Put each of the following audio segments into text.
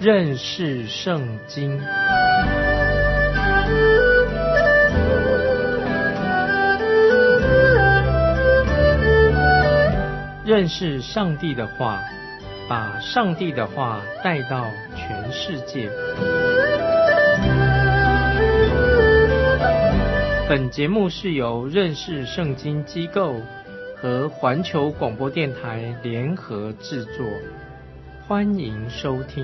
认识圣经。认识上帝的话，把上帝的话带到全世界。本节目是由认识圣经机构和环球广播电台联合制作，欢迎收听。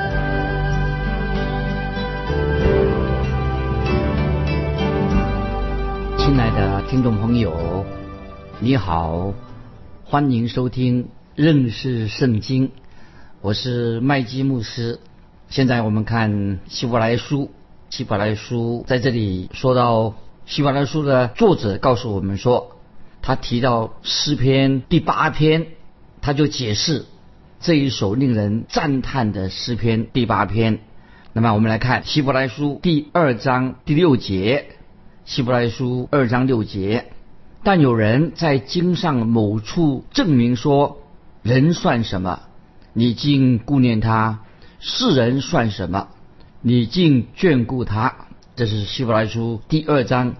亲爱的听众朋友，你好，欢迎收听认识圣经，我是麦基牧师。现在我们看希伯来书，希伯来书在这里说到，希伯来书的作者告诉我们说，他提到诗篇第8篇，他就解释这一首令人赞叹的诗篇第8篇。那么我们来看希伯来书第2章第6节，希伯来书2章6节，但有人在经上某处证明说，人算什么，你竟顾念他；世人算什么，你竟眷顾他。这是希伯来书第2章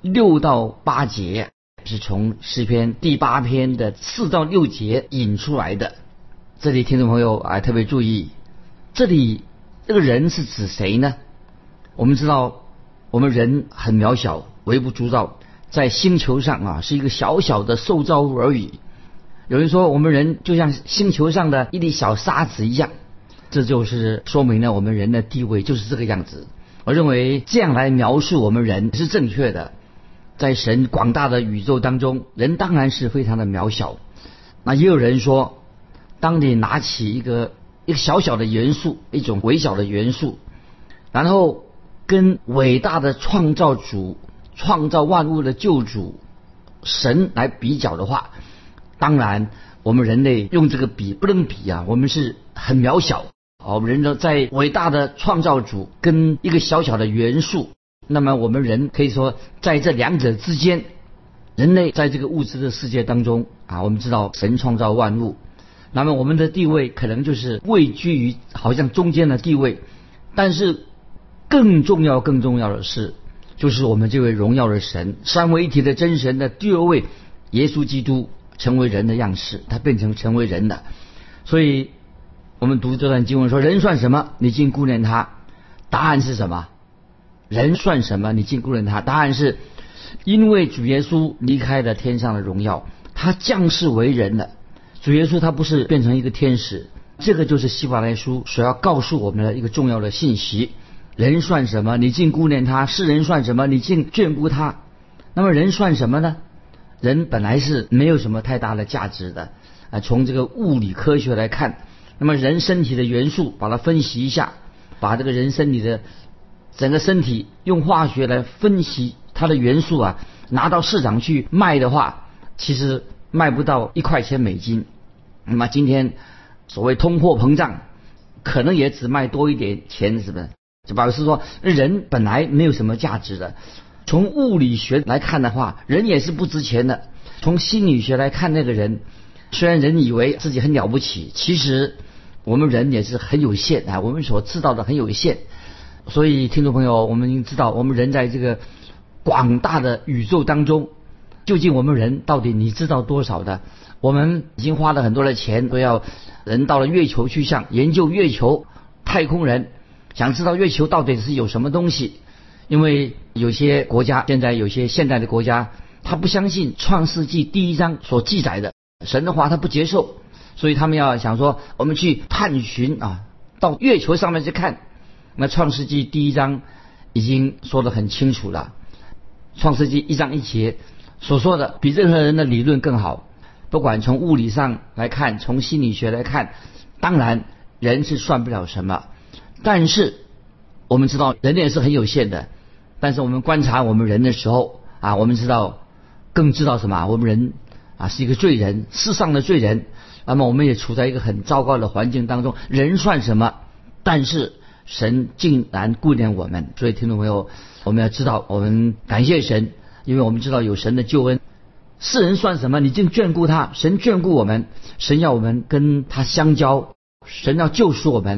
6到8节，是从诗篇第8篇的4到6节引出来的。这里听众朋友特别注意，这里这个人是指谁呢？我们知道我们人很渺小，微不足道，在星球上是一个小小的受造物而已。有人说我们人就像星球上的一粒小沙子一样，这就是说明了我们人的地位就是这个样子。我认为这样来描述我们人是正确的。在神广大的宇宙当中，人当然是非常的渺小。那也有人说，当你拿起一个小小的元素，一种微小的元素，然后跟伟大的创造主、创造万物的救主神来比较的话，当然我们人类用这个比不能比我们是很渺小。我们人在伟大的创造主跟一个小小的元素，那么我们人可以说在这两者之间，人类在这个物质的世界当中我们知道神创造万物，那么我们的地位可能就是位居于好像中间的地位。但是更重要的是，就是我们这位荣耀的神，三位一体的真神的第二位耶稣基督成为人的样式，他成为人的。所以我们读这段经文说，人算什么，你竟顾念他？答案是什么？人算什么，你竟顾念他？答案是因为主耶稣离开了天上的荣耀，他降世为人了。主耶稣他不是变成一个天使，这个就是希伯来书所要告诉我们的一个重要的信息。人算什么，你竟顾念他；世人算什么，你竟眷顾他。那么人算什么呢？人本来是没有什么太大的价值的从这个物理科学来看，那么人身体的元素把它分析一下，把这个人身体的整个身体用化学来分析它的元素拿到市场去卖的话，其实卖不到1块钱美金。那么今天所谓通货膨胀，可能也只卖多一点钱，是不是？就表示说人本来没有什么价值的。从物理学来看的话，人也是不值钱的。从心理学来看，那个人虽然人以为自己很了不起，其实我们人也是很有限我们所知道的很有限。所以听众朋友，我们已经知道，我们人在这个广大的宇宙当中，究竟我们人到底你知道多少的？我们已经花了很多的钱，都要人到了月球去研究月球，太空人想知道月球到底是有什么东西。因为有些国家，现在有些现代的国家，他不相信创世纪第1章所记载的神的话，他不接受，所以他们要想说我们去探寻到月球上面去看。那创世纪第1章已经说得很清楚了，创世纪1章1节所说的比任何人的理论更好。不管从物理上来看，从心理学来看，当然人是算不了什么，但是我们知道人也是很有限的。但是我们观察我们人的时候我们更知道什么？我们人是一个罪人，世上的罪人。那么我们也处在一个很糟糕的环境当中，人算什么？但是神竟然顾念我们。所以听众朋友，我们要知道，我们感谢神，因为我们知道有神的救恩。世人算什么，你竟眷顾他？神眷顾我们，神要我们跟他相交，神要救赎我们。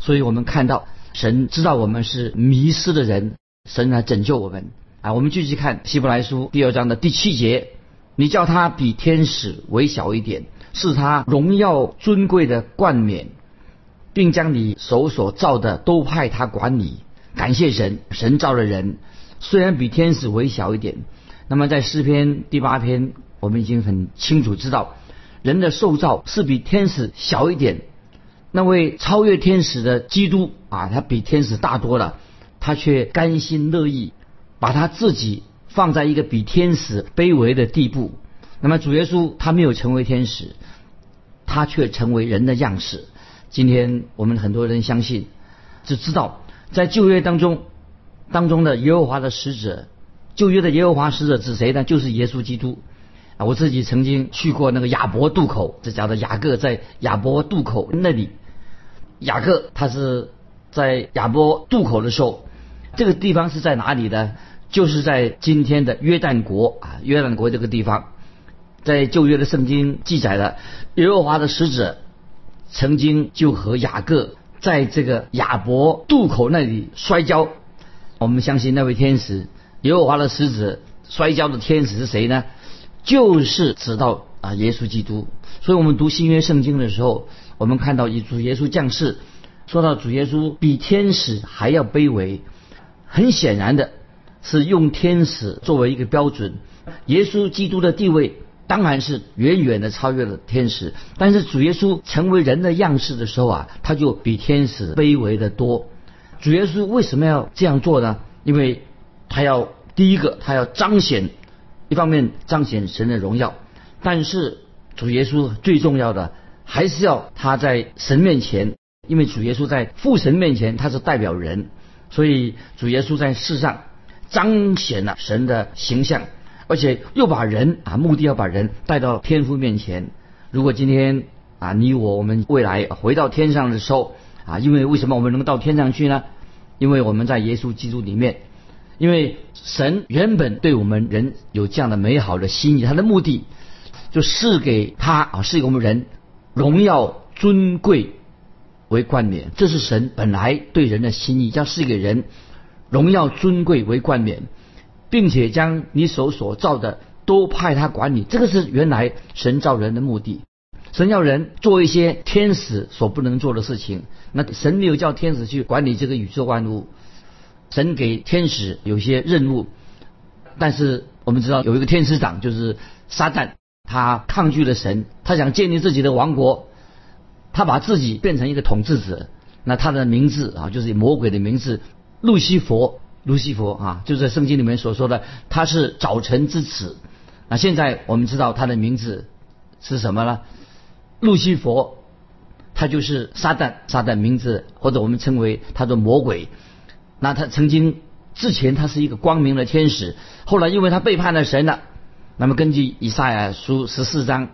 所以我们看到神知道我们是迷失的人，神来拯救我们啊。我们继续看希伯来书第2章的第7节，你叫他比天使微小一点，是他荣耀尊贵的冠冕，并将你手所造的都派他管理。感谢神，神造的人虽然比天使微小一点，那么在诗篇第8篇我们已经很清楚知道，人的受造是比天使小一点。那位超越天使的基督啊，他比天使大多了，他却甘心乐意把他自己放在一个比天使卑微的地步。那么主耶稣他没有成为天使，他却成为人的样式。今天我们很多人相信，只知道在旧约当中的耶和华的使者，旧约的耶和华使者指谁呢？就是耶稣基督啊。我自己曾经去过那个雅博渡口，这叫做雅各，在雅博渡口那里，雅各他是在雅博渡口的时候，这个地方是在哪里呢？就是在今天的约旦国啊，约旦国这个地方，在旧约的圣经记载了耶和华的使者曾经就和雅各在这个雅博渡口那里摔跤。我们相信那位天使，耶和华的使者摔跤的天使是谁呢？就是指到耶稣基督。所以我们读新约圣经的时候，我们看到以主耶稣降世，说到主耶稣比天使还要卑微，很显然的是用天使作为一个标准。耶稣基督的地位当然是远远的超越了天使，但是主耶稣成为人的样式的时候啊，他就比天使卑微的多。主耶稣为什么要这样做呢？因为第一个他要彰显，一方面彰显神的荣耀，但是主耶稣最重要的还是要他在神面前，因为主耶稣在父神面前他是代表人，所以主耶稣在世上彰显了神的形象，而且又把人目的要把人带到天父面前。如果今天你我们未来回到天上的时候因为为什么我们能到天上去呢？因为我们在耶稣基督里面，因为神原本对我们人有这样的美好的心意，他的目的就赐给赐给我们人荣耀尊贵为冠冕，这是神本来对人的心意，要赐给人荣耀尊贵为冠冕，并且将你手所造的都派他管理。这个是原来神造人的目的，神要人做一些天使所不能做的事情。那神没有叫天使去管理这个宇宙万物，神给天使有些任务，但是我们知道有一个天使长就是撒旦，他抗拒了神，他想建立自己的王国，他把自己变成一个统治者。那他的名字就是魔鬼的名字路西佛就是在圣经里面所说的他是早晨之子。那现在我们知道他的名字是什么呢？路西佛，他就是撒旦名字，或者我们称为他的魔鬼。那他曾经之前他是一个光明的天使，后来因为他背叛了神了。那么根据以赛亚书14章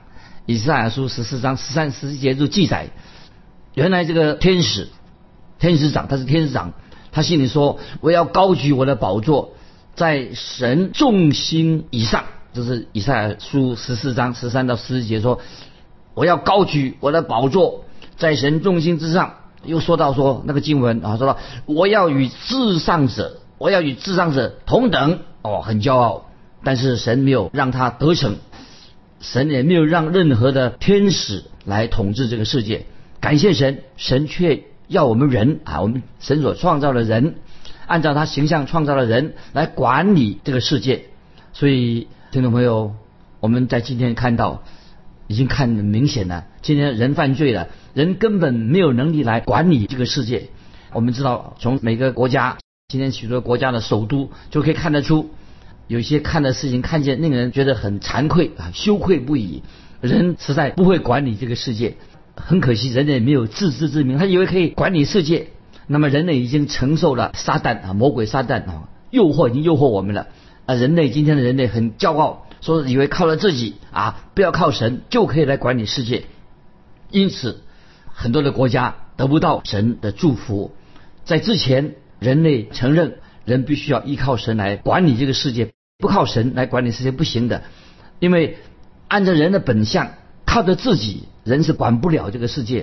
13、14节就记载，原来这个天使长，他是天使长，他心里说，我要高举我的宝座在神众星以上，就是以赛亚书14章13到14节说，我要高举我的宝座在神众星之上。又说到说那个经文说到我要与至上者同等，很骄傲。但是神没有让他得逞，神也没有让任何的天使来统治这个世界。感谢神，神却要我们人我们神所创造的人，按照他形象创造的人来管理这个世界。所以听众朋友，我们在今天看到已经看得明显了，今天人犯罪了，人根本没有能力来管理这个世界。我们知道从每个国家，今天许多国家的首都就可以看得出，有些看的事情看见令人觉得很惭愧羞愧不已。人实在不会管理这个世界，很可惜人类没有自知之明，他以为可以管理世界。那么人类已经承受了撒旦魔鬼撒旦诱惑，已经诱惑我们了。今天的人类很骄傲，说以为靠了自己不要靠神就可以来管理世界。因此很多的国家得不到神的祝福。在之前人类承认人必须要依靠神来管理这个世界，不靠神来管理世界不行的。因为按照人的本相，靠着自己人是管不了这个世界，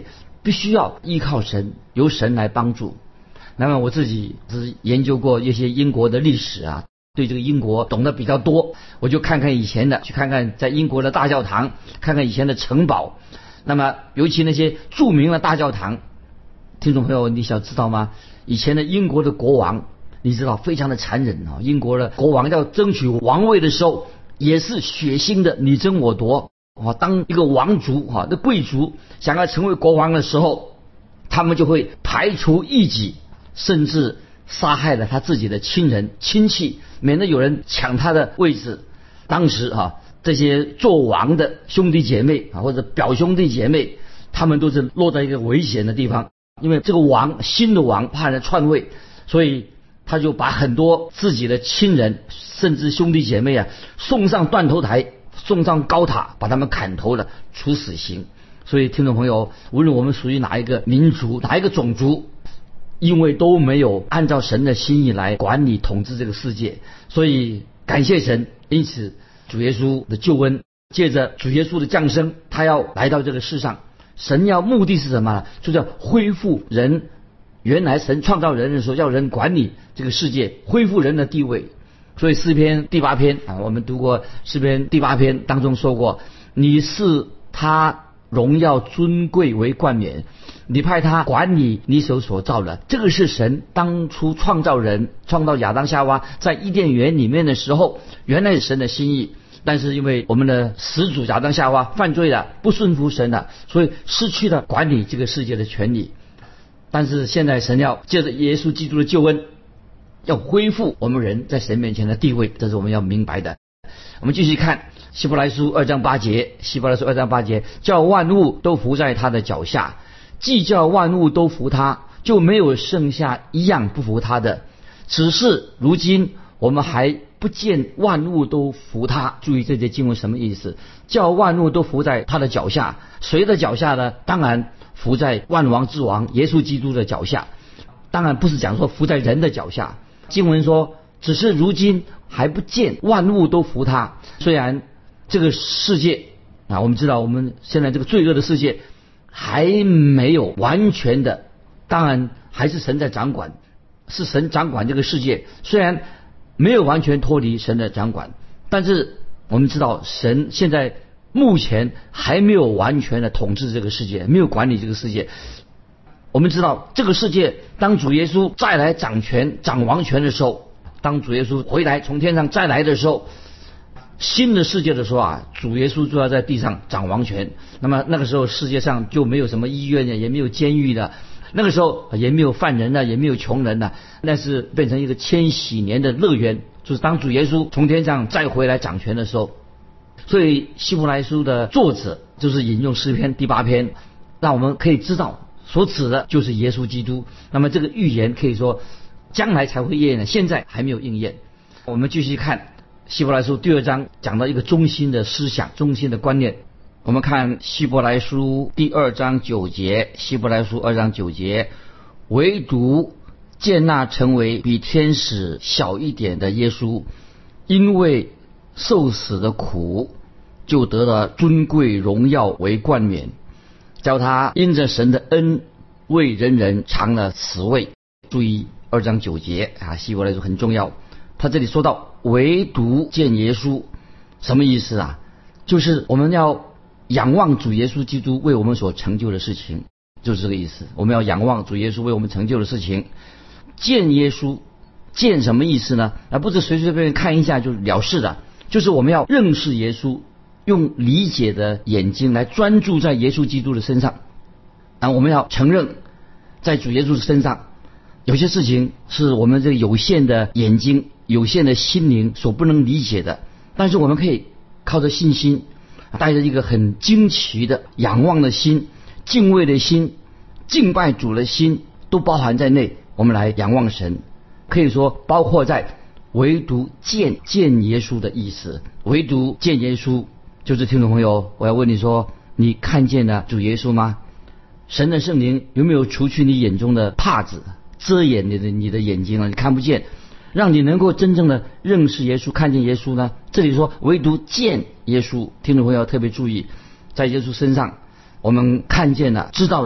必须要依靠神，由神来帮助。那么我自己是研究过一些英国的历史啊，对这个英国懂得比较多，我就看看以前的，去看看在英国的大教堂，看看以前的城堡。那么尤其那些著名的大教堂，听众朋友你想知道吗？以前的英国的国王，你知道非常的残忍啊！英国的国王要争取王位的时候，也是血腥的，你争我夺啊！当一个王族啊，那贵族想要成为国王的时候，他们就会排除异己，甚至杀害了他自己的亲人亲戚，免得有人抢他的位置。当时这些做王的兄弟姐妹或者表兄弟姐妹，他们都是落在一个危险的地方，因为这个王新的王怕人篡位，所以他就把很多自己的亲人甚至兄弟姐妹送上断头台，送上高塔，把他们砍头了，处死刑。所以听众朋友，无论我们属于哪一个民族哪一个种族，因为都没有按照神的心意来管理统治这个世界，所以感谢神。因此主耶稣的救恩，借着主耶稣的降生，他要来到这个世上，神要目的是什么呢？就是要恢复人，原来神创造人的时候要人管理这个世界，恢复人的地位。所以诗篇第8篇我们读过诗篇第8篇当中说过，你是他荣耀尊贵为冠冕，你派他管理你手所造的。这个是神当初创造人，创造亚当夏娃在伊甸园里面的时候，原来是神的心意。但是因为我们的始祖亚当夏娃犯罪了，不顺服神了，所以失去了管理这个世界的权利。但是现在神要借着耶稣基督的救恩，要恢复我们人在神面前的地位，这是我们要明白的。我们继续看希伯来书2章8节，希伯来书2章8节，叫万物都服在他的脚下，既叫万物都服他，就没有剩下一样不服他的。只是如今我们还不见万物都服他。注意这节经文什么意思？叫万物都服在他的脚下，谁的脚下呢？当然服在万王之王耶稣基督的脚下，当然不是讲说服在人的脚下。经文说只是如今还不见万物都服他。虽然这个世界我们知道我们现在这个罪恶的世界还没有完全的，当然还是神在掌管，是神掌管这个世界，虽然没有完全脱离神的掌管，但是我们知道神现在目前还没有完全的统治这个世界，没有管理这个世界。我们知道这个世界当主耶稣再来掌权掌王权的时候，当主耶稣回来从天上再来的时候，新的世界的时候主耶稣就要在地上掌王权。那么那个时候世界上就没有什么医院也没有监狱的，那个时候也没有犯人也没有穷人那是变成一个千禧年的乐园，就是当主耶稣从天上再回来掌权的时候。所以希伯来书的作者就是引用诗篇第8篇，让我们可以知道所指的就是耶稣基督。那么这个预言可以说将来才会应验，现在还没有应验。我们继续看希伯来书第2章，讲到一个中心的思想，中心的观念。我们看希伯来书第2章9节，希伯来书2章9节，唯独见那成为比天使小一点的耶稣，因为受死的苦，就得了尊贵荣耀为冠冕，叫他因着神的恩为人人尝了死味。注意2章9节希伯来书很重要。他这里说到唯独见耶稣，什么意思就是我们要仰望主耶稣基督为我们所成就的事情，就是这个意思。我们要仰望主耶稣为我们成就的事情。见耶稣，见什么意思呢？不是随随便便看一下就了事的，就是我们要认识耶稣，用理解的眼睛来专注在耶稣基督的身上。我们要承认在主耶稣的身上有些事情是我们这个有限的眼睛有限的心灵所不能理解的，但是我们可以靠着信心，带着一个很惊奇的仰望的心，敬畏的心，敬拜主的心，都包含在内，我们来仰望神。可以说包括在唯独见耶稣的意思。唯独见耶稣，就是听众朋友，我要问你说，你看见了主耶稣吗？神的圣灵有没有除去你眼中的帕子，遮掩你的眼睛你看不见，让你能够真正的认识耶稣，看见耶稣呢？这里说唯独见耶稣，听众朋友特别注意，在耶稣身上我们看见了知道了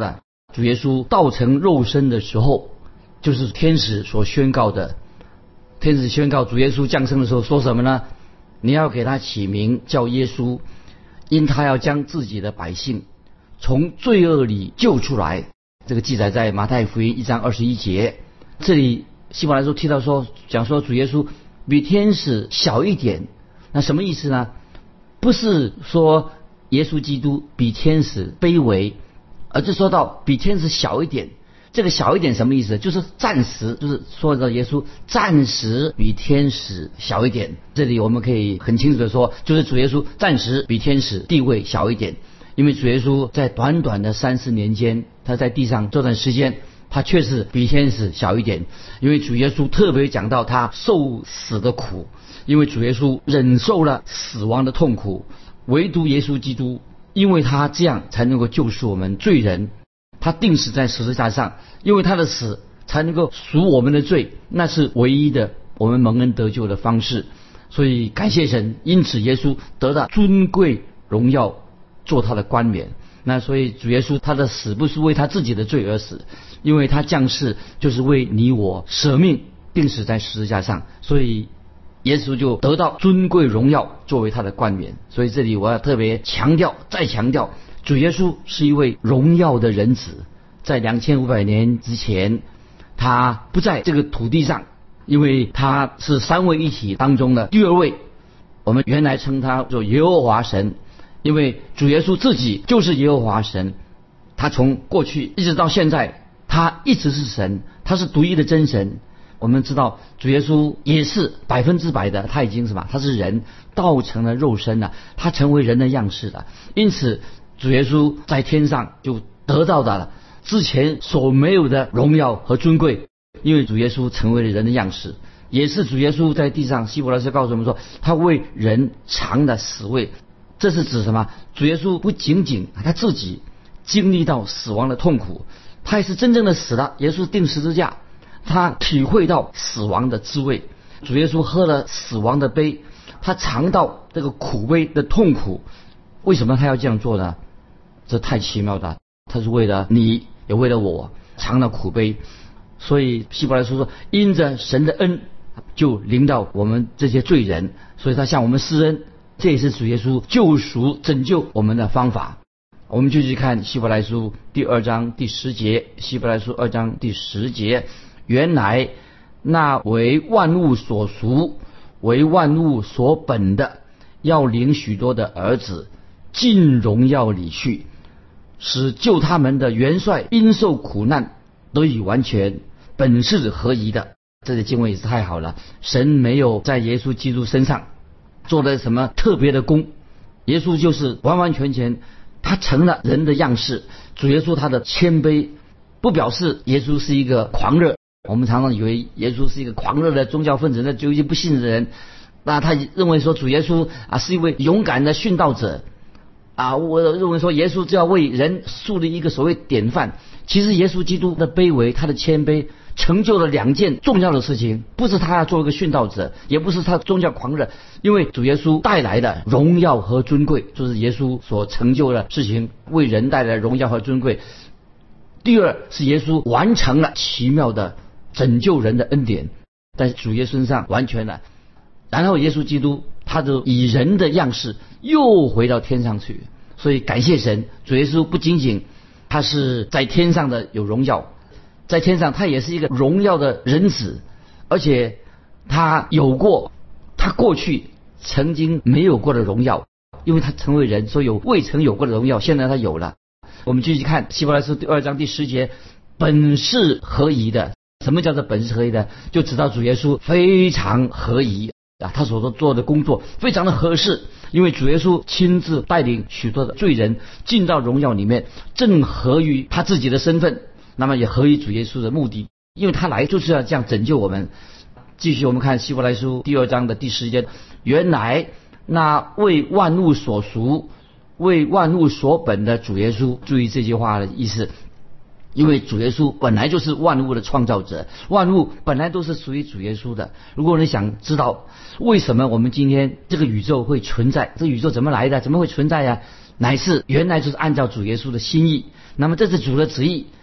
主耶稣道成肉身的时候，就是天使所宣告的。天使宣告主耶稣降生的时候说什么呢？你要给他起名叫耶稣，因他要将自己的百姓从罪恶里救出来。这个记载在马太福音1章21节。这里希伯来书提到说，讲说主耶稣比天使小一点，那什么意思呢？不是说耶稣基督比天使卑微，而是说到比天使小一点。这个小一点什么意思？就是暂时，就是说到耶稣暂时比天使小一点。这里我们可以很清楚的说，就是主耶稣暂时比天使地位小一点。因为主耶稣在短短的30年间，他在地上这段时间，他确实比天使小一点。因为主耶稣特别讲到他受死的苦，因为主耶稣忍受了死亡的痛苦，唯独耶稣基督，因为他这样才能够救赎我们罪人。他钉死在十字架上，因为他的死才能够赎我们的罪，那是唯一的我们蒙恩得救的方式。所以感谢神，因此耶稣得到尊贵荣耀，做他的冠冕。那所以主耶稣他的死不是为他自己的罪而死，因为他降世就是为你我舍命钉死在十字架上，所以耶稣就得到尊贵荣耀作为他的冠冕。所以这里我要特别强调，再强调，主耶稣是一位荣耀的人子。在2500年之前，他不在这个土地上，因为他是三位一体当中的第二位。我们原来称他做耶和华神，因为主耶稣自己就是耶和华神。他从过去一直到现在，他一直是神，他是独一的真神。我们知道主耶稣也是100%的，他已经什么？他是人，道成了肉身了，他成为人的样式了。因此主耶稣在天上就得到了之前所没有的荣耀和尊贵，因为主耶稣成为了人的样式。也是主耶稣在地上，希伯来书告诉我们说，他为人尝了死味。这是指什么？主耶稣不仅仅他自己经历到死亡的痛苦，他也是真正的死了。耶稣钉十字架，他体会到死亡的滋味。主耶稣喝了死亡的杯，他尝到这个苦杯的痛苦。为什么他要这样做呢？这太奇妙了，他是为了你，也为了我尝了苦杯。所以希伯来书说，因着神的恩就临到我们这些罪人，所以他向我们施恩。这也是主耶稣救赎拯救我们的方法。我们继续看希伯来书第2章第10节。希伯来书2章第10节，原来那为万物所属，为万物所本的，要领许多的儿子进荣耀里去，使救他们的元帅因受苦难得以完全，本是合宜的。这个经文也是太好了。神没有在耶稣基督身上做了什么特别的功，耶稣就是完完全全他成了人的样式。主耶稣他的谦卑不表示耶稣是一个狂热。我们常常以为耶稣是一个狂热的宗教分子，那就一些不信的人，那他认为说主耶稣是一位勇敢的殉道者我认为说耶稣就要为人树立一个所谓典范。其实耶稣基督的卑微，他的谦卑成就了2件重要的事情，不是他要做一个殉道者，也不是他宗教狂热，因为主耶稣带来的荣耀和尊贵，就是耶稣所成就的事情，为人带来荣耀和尊贵。第二是耶稣完成了奇妙的拯救人的恩典，在主耶稣身上完全了。然后耶稣基督他就以人的样式又回到天上去。所以感谢神，主耶稣不仅仅他是在天上的有荣耀，在天上他也是一个荣耀的人子，而且他有过他过去曾经没有过的荣耀，因为他成为人，所以有未曾有过的荣耀，现在他有了。我们继续看希伯来书第2章第10节，本是合宜的。什么叫做本是合宜的？就知道主耶稣非常合宜他所做的工作非常的合适，因为主耶稣亲自带领许多的罪人进到荣耀里面，正合于他自己的身份，那么也合于主耶稣的目的，因为他来就是要这样拯救我们。继续我们看希伯来书第2章的第10节，原来那为万物所属，为万物所本的主耶稣。注意这句话的意思，因为主耶稣本来就是万物的创造者，万物本来都是属于主耶稣的。如果你想知道为什么我们今天这个宇宙会存在，这个宇宙怎么来的，怎么会存在乃是原来就是按照主耶稣的心意，那么这是主的旨意，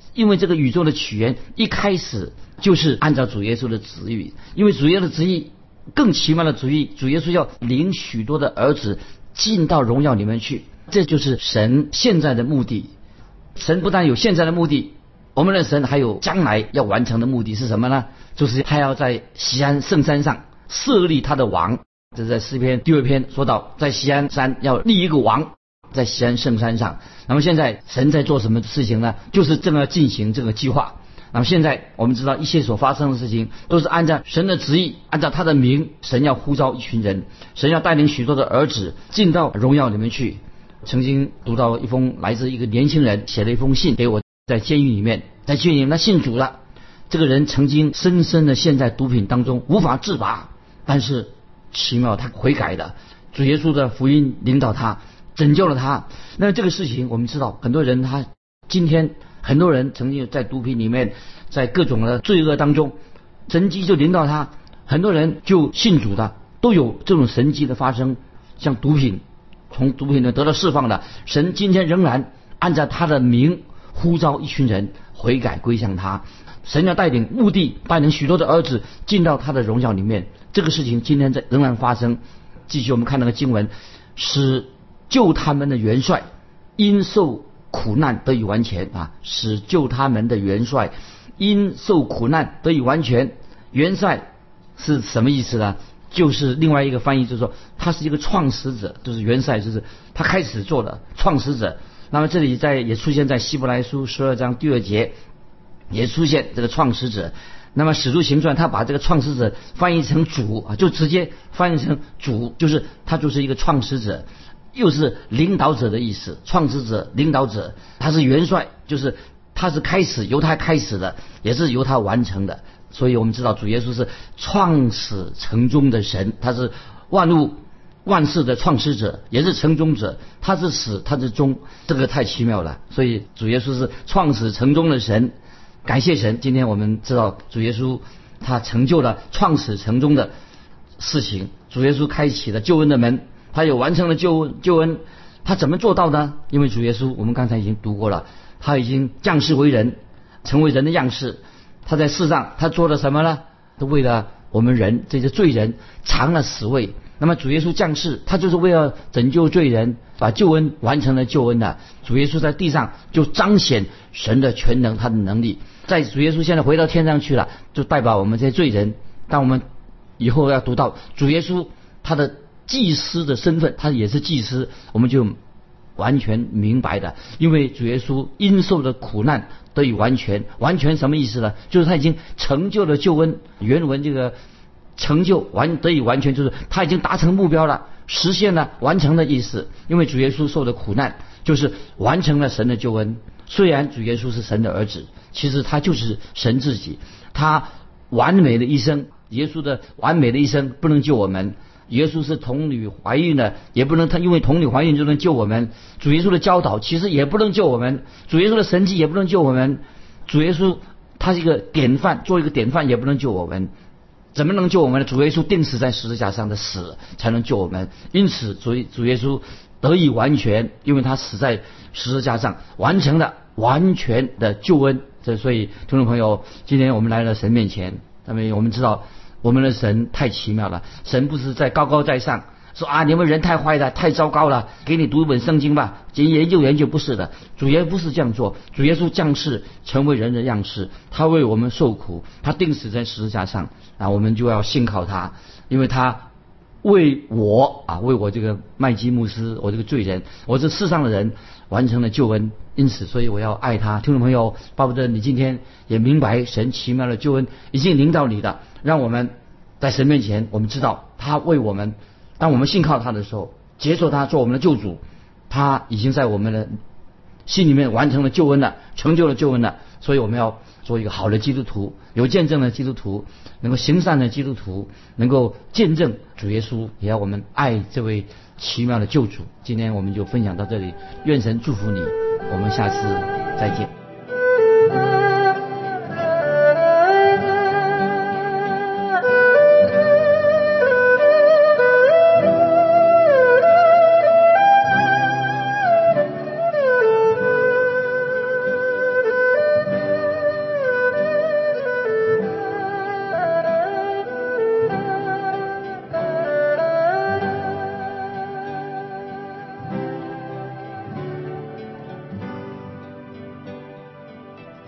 因为这个宇宙的起源一开始就是按照主耶稣的旨意，因为主耶稣的旨意更奇妙的旨意，主耶稣要领许多的儿子进到荣耀里面去，这就是神现在的目的。神不但有现在的目的，我们的神还有将来要完成的目的是什么呢？就是他要在锡安圣山上设立他的王。这是在诗篇第2篇说到，在锡安山要立一个王，在锡安圣山上。那么现在神在做什么事情呢？就是正要进行这个计划。那么现在我们知道一切所发生的事情都是按照神的旨意，按照他的名，神要呼召一群人，神要带领许多的儿子进到荣耀里面去。曾经读到一封来自一个年轻人写了一封信给我，在监狱里面，他信主了。这个人曾经深深的陷在毒品当中无法自拔，但是奇妙他悔改的，主耶稣的福音领导他，拯救了他。那这个事情我们知道，很多人他今天很多人曾经在毒品里面，在各种的罪恶当中，神迹就领导他，很多人就信主的，都有这种神迹的发生。像毒品，从毒品呢得到释放的，神今天仍然按照他的名呼召一群人悔改归向他。神要带领目的，带领许多的儿子进到他的荣耀里面。这个事情今天仍然发生。继续我们看那个经文，使救他们的元帅因受苦难得以完全啊！使救他们的元帅因受苦难得以完全。元帅是什么意思呢？就是另外一个翻译就是说，他是一个创始者，就是元帅，就是他开始做的创始者。那么这里也出现在希伯来书12章第2节，也出现这个创始者。那么使徒行传他把这个创始者翻译成主啊，就直接翻译成主，就是他就是一个创始者，又是领导者的意思。创始者、领导者，他是元帅，就是他是开始，由他开始的，也是由他完成的。所以我们知道主耶稣是创始成终的神，他是万物万事的创始者，也是成终者。他是始，他是终，这个太奇妙了。所以主耶稣是创始成终的神。感谢神，今天我们知道主耶稣他成就了创始成终的事情。主耶稣开启了救恩的门，他有完成了救恩。他怎么做到呢？因为主耶稣我们刚才已经读过了，他已经降世为人，成为人的样式。他在世上他做了什么呢？他为了我们人这些罪人尝了死味。那么主耶稣降世，他就是为了拯救罪人，把救恩完成了救恩的。主耶稣在地上就彰显神的全能，他的能力。在主耶稣现在回到天上去了，就代表我们这些罪人。当我们以后要读到主耶稣他的祭司的身份，他也是祭司，我们就完全明白的。因为主耶稣因受的苦难得以完全。完全什么意思呢？就是他已经成就了救恩。原文这个成就得以完全，就是他已经达成目标了，实现了，完成的意思。因为主耶稣受的苦难就是完成了神的救恩。虽然主耶稣是神的儿子，其实他就是神自己。他完美的一生，耶稣的完美的一生不能救我们。耶稣是童女怀孕的，也不能他因为童女怀孕就能救我们。主耶稣的教导其实也不能救我们，主耶稣的神迹也不能救我们。主耶稣他是一个典范，做一个典范也不能救我们。怎么能救我们呢？主耶稣钉死在十字架上的死才能救我们。因此主耶稣得以完全，因为他死在十字架上，完成了完全的救恩。所以听众朋友，今天我们来了神面前，那么我们知道我们的神太奇妙了。神不是在高高在上说啊，你们人太坏了，太糟糕了，给你读一本圣经吧，研究，不是的。主耶稣不是这样做。主耶稣降世成为人的样式，他为我们受苦，他钉死在十字架上啊，我们就要信靠他，因为他为我这个麦基牧师，我这个罪人，我这世上的人完成了救恩。因此所以我要爱他。听众朋友，巴不得你今天也明白神奇妙的救恩已经领导你的，让我们在神面前，我们知道他为我们，当我们信靠他的时候，接受他做我们的救主，他已经在我们的心里面完成了救恩了，成就了救恩了。所以我们要做一个好的基督徒，有见证的基督徒，能够行善的基督徒，能够见证主耶稣，也要我们爱这位奇妙的救主。今天我们就分享到这里，愿神祝福你，我们下次再见。